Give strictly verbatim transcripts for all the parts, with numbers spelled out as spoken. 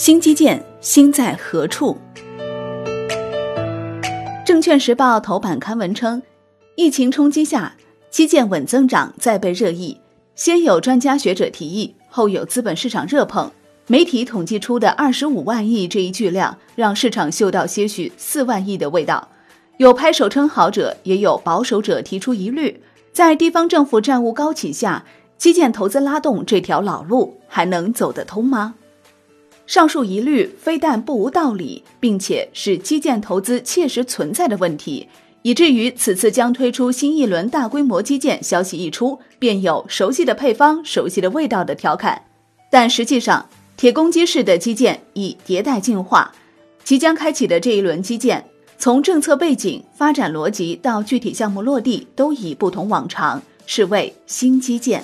新基建新在何处？证券时报头版刊文称，疫情冲击下，基建稳增长再被热议。先有专家学者提议，后有资本市场热捧。媒体统计出的二十五万亿这一巨量，让市场嗅到些许四万亿的味道。有拍手称好者，也有保守者提出疑虑。在地方政府债务高企下，基建投资拉动这条老路还能走得通吗？上述疑虑非但不无道理，并且是基建投资切实存在的问题，以至于此次将推出新一轮大规模基建消息一出，便有熟悉的配方、熟悉的味道的调侃。但实际上，铁公鸡式的基建已迭代进化，即将开启的这一轮基建，从政策背景、发展逻辑到具体项目落地，都已不同往常，是谓新基建。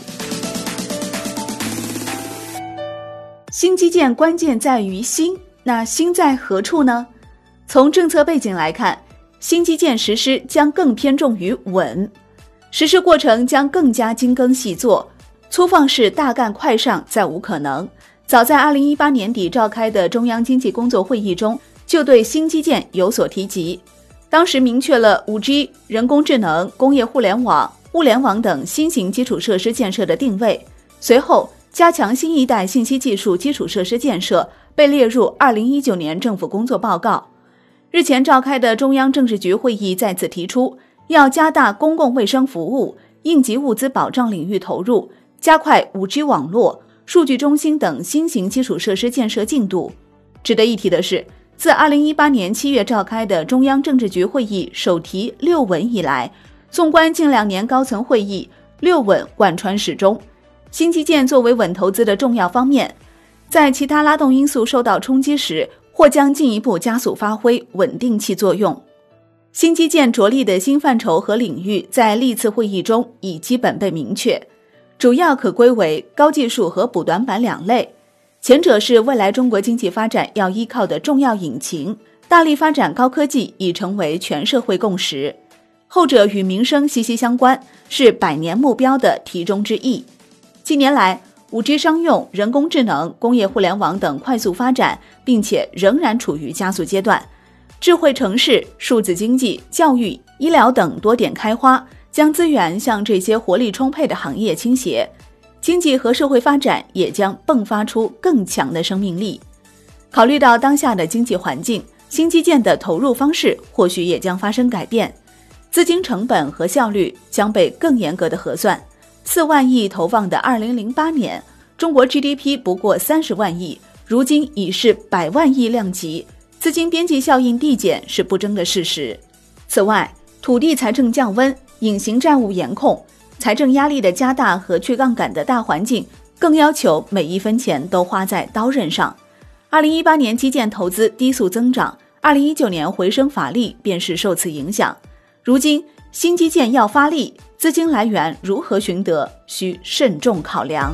新基建关键在于新，那新在何处呢？从政策背景来看，新基建实施将更偏重于稳，实施过程将更加精耕细作，粗放式大干快上再无可能。早在二零一八年底召开的中央经济工作会议中，就对新基建有所提及。当时明确了 五 G、人工智能、工业互联网、物联网等新型基础设施建设的定位。随后，加强新一代信息技术基础设施建设被列入二零一九年政府工作报告。日前召开的中央政治局会议再次提出，要加大公共卫生服务、应急物资保障领域投入，加快 五 G 网络、数据中心等新型基础设施建设进度。值得一提的是，自二零一八年七月召开的中央政治局会议首提六稳以来，纵观近两年高层会议，六稳贯穿始终。新基建作为稳投资的重要方面，在其他拉动因素受到冲击时，或将进一步加速发挥稳定器作用。新基建着力的新范畴和领域在历次会议中已基本被明确，主要可归为高技术和补短板两类。前者是未来中国经济发展要依靠的重要引擎，大力发展高科技已成为全社会共识；后者与民生息息相关，是百年目标的题中之意。近年来 五 G 商用、人工智能、工业互联网等快速发展，并且仍然处于加速阶段。智慧城市、数字经济、教育、医疗等多点开花，将资源向这些活力充沛的行业倾斜，经济和社会发展也将迸发出更强的生命力。考虑到当下的经济环境，新基建的投入方式或许也将发生改变，资金成本和效率将被更严格的核算。四万亿投放的二零零八年，中国 G D P 不过三十万亿，如今已是百万亿量级，资金边际效应递减是不争的事实。此外，土地财政降温、隐形债务严控、财政压力的加大和去杠杆的大环境，更要求每一分钱都花在刀刃上。二零一八年基建投资低速增长，二零一九年回升乏力便是受此影响。如今新基建要发力，资金来源如何寻得，需慎重考量。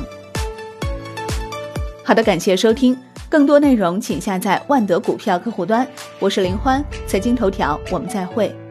好的，感谢收听，更多内容请下载万德股票客户端。我是林欢，财经头条，我们再会。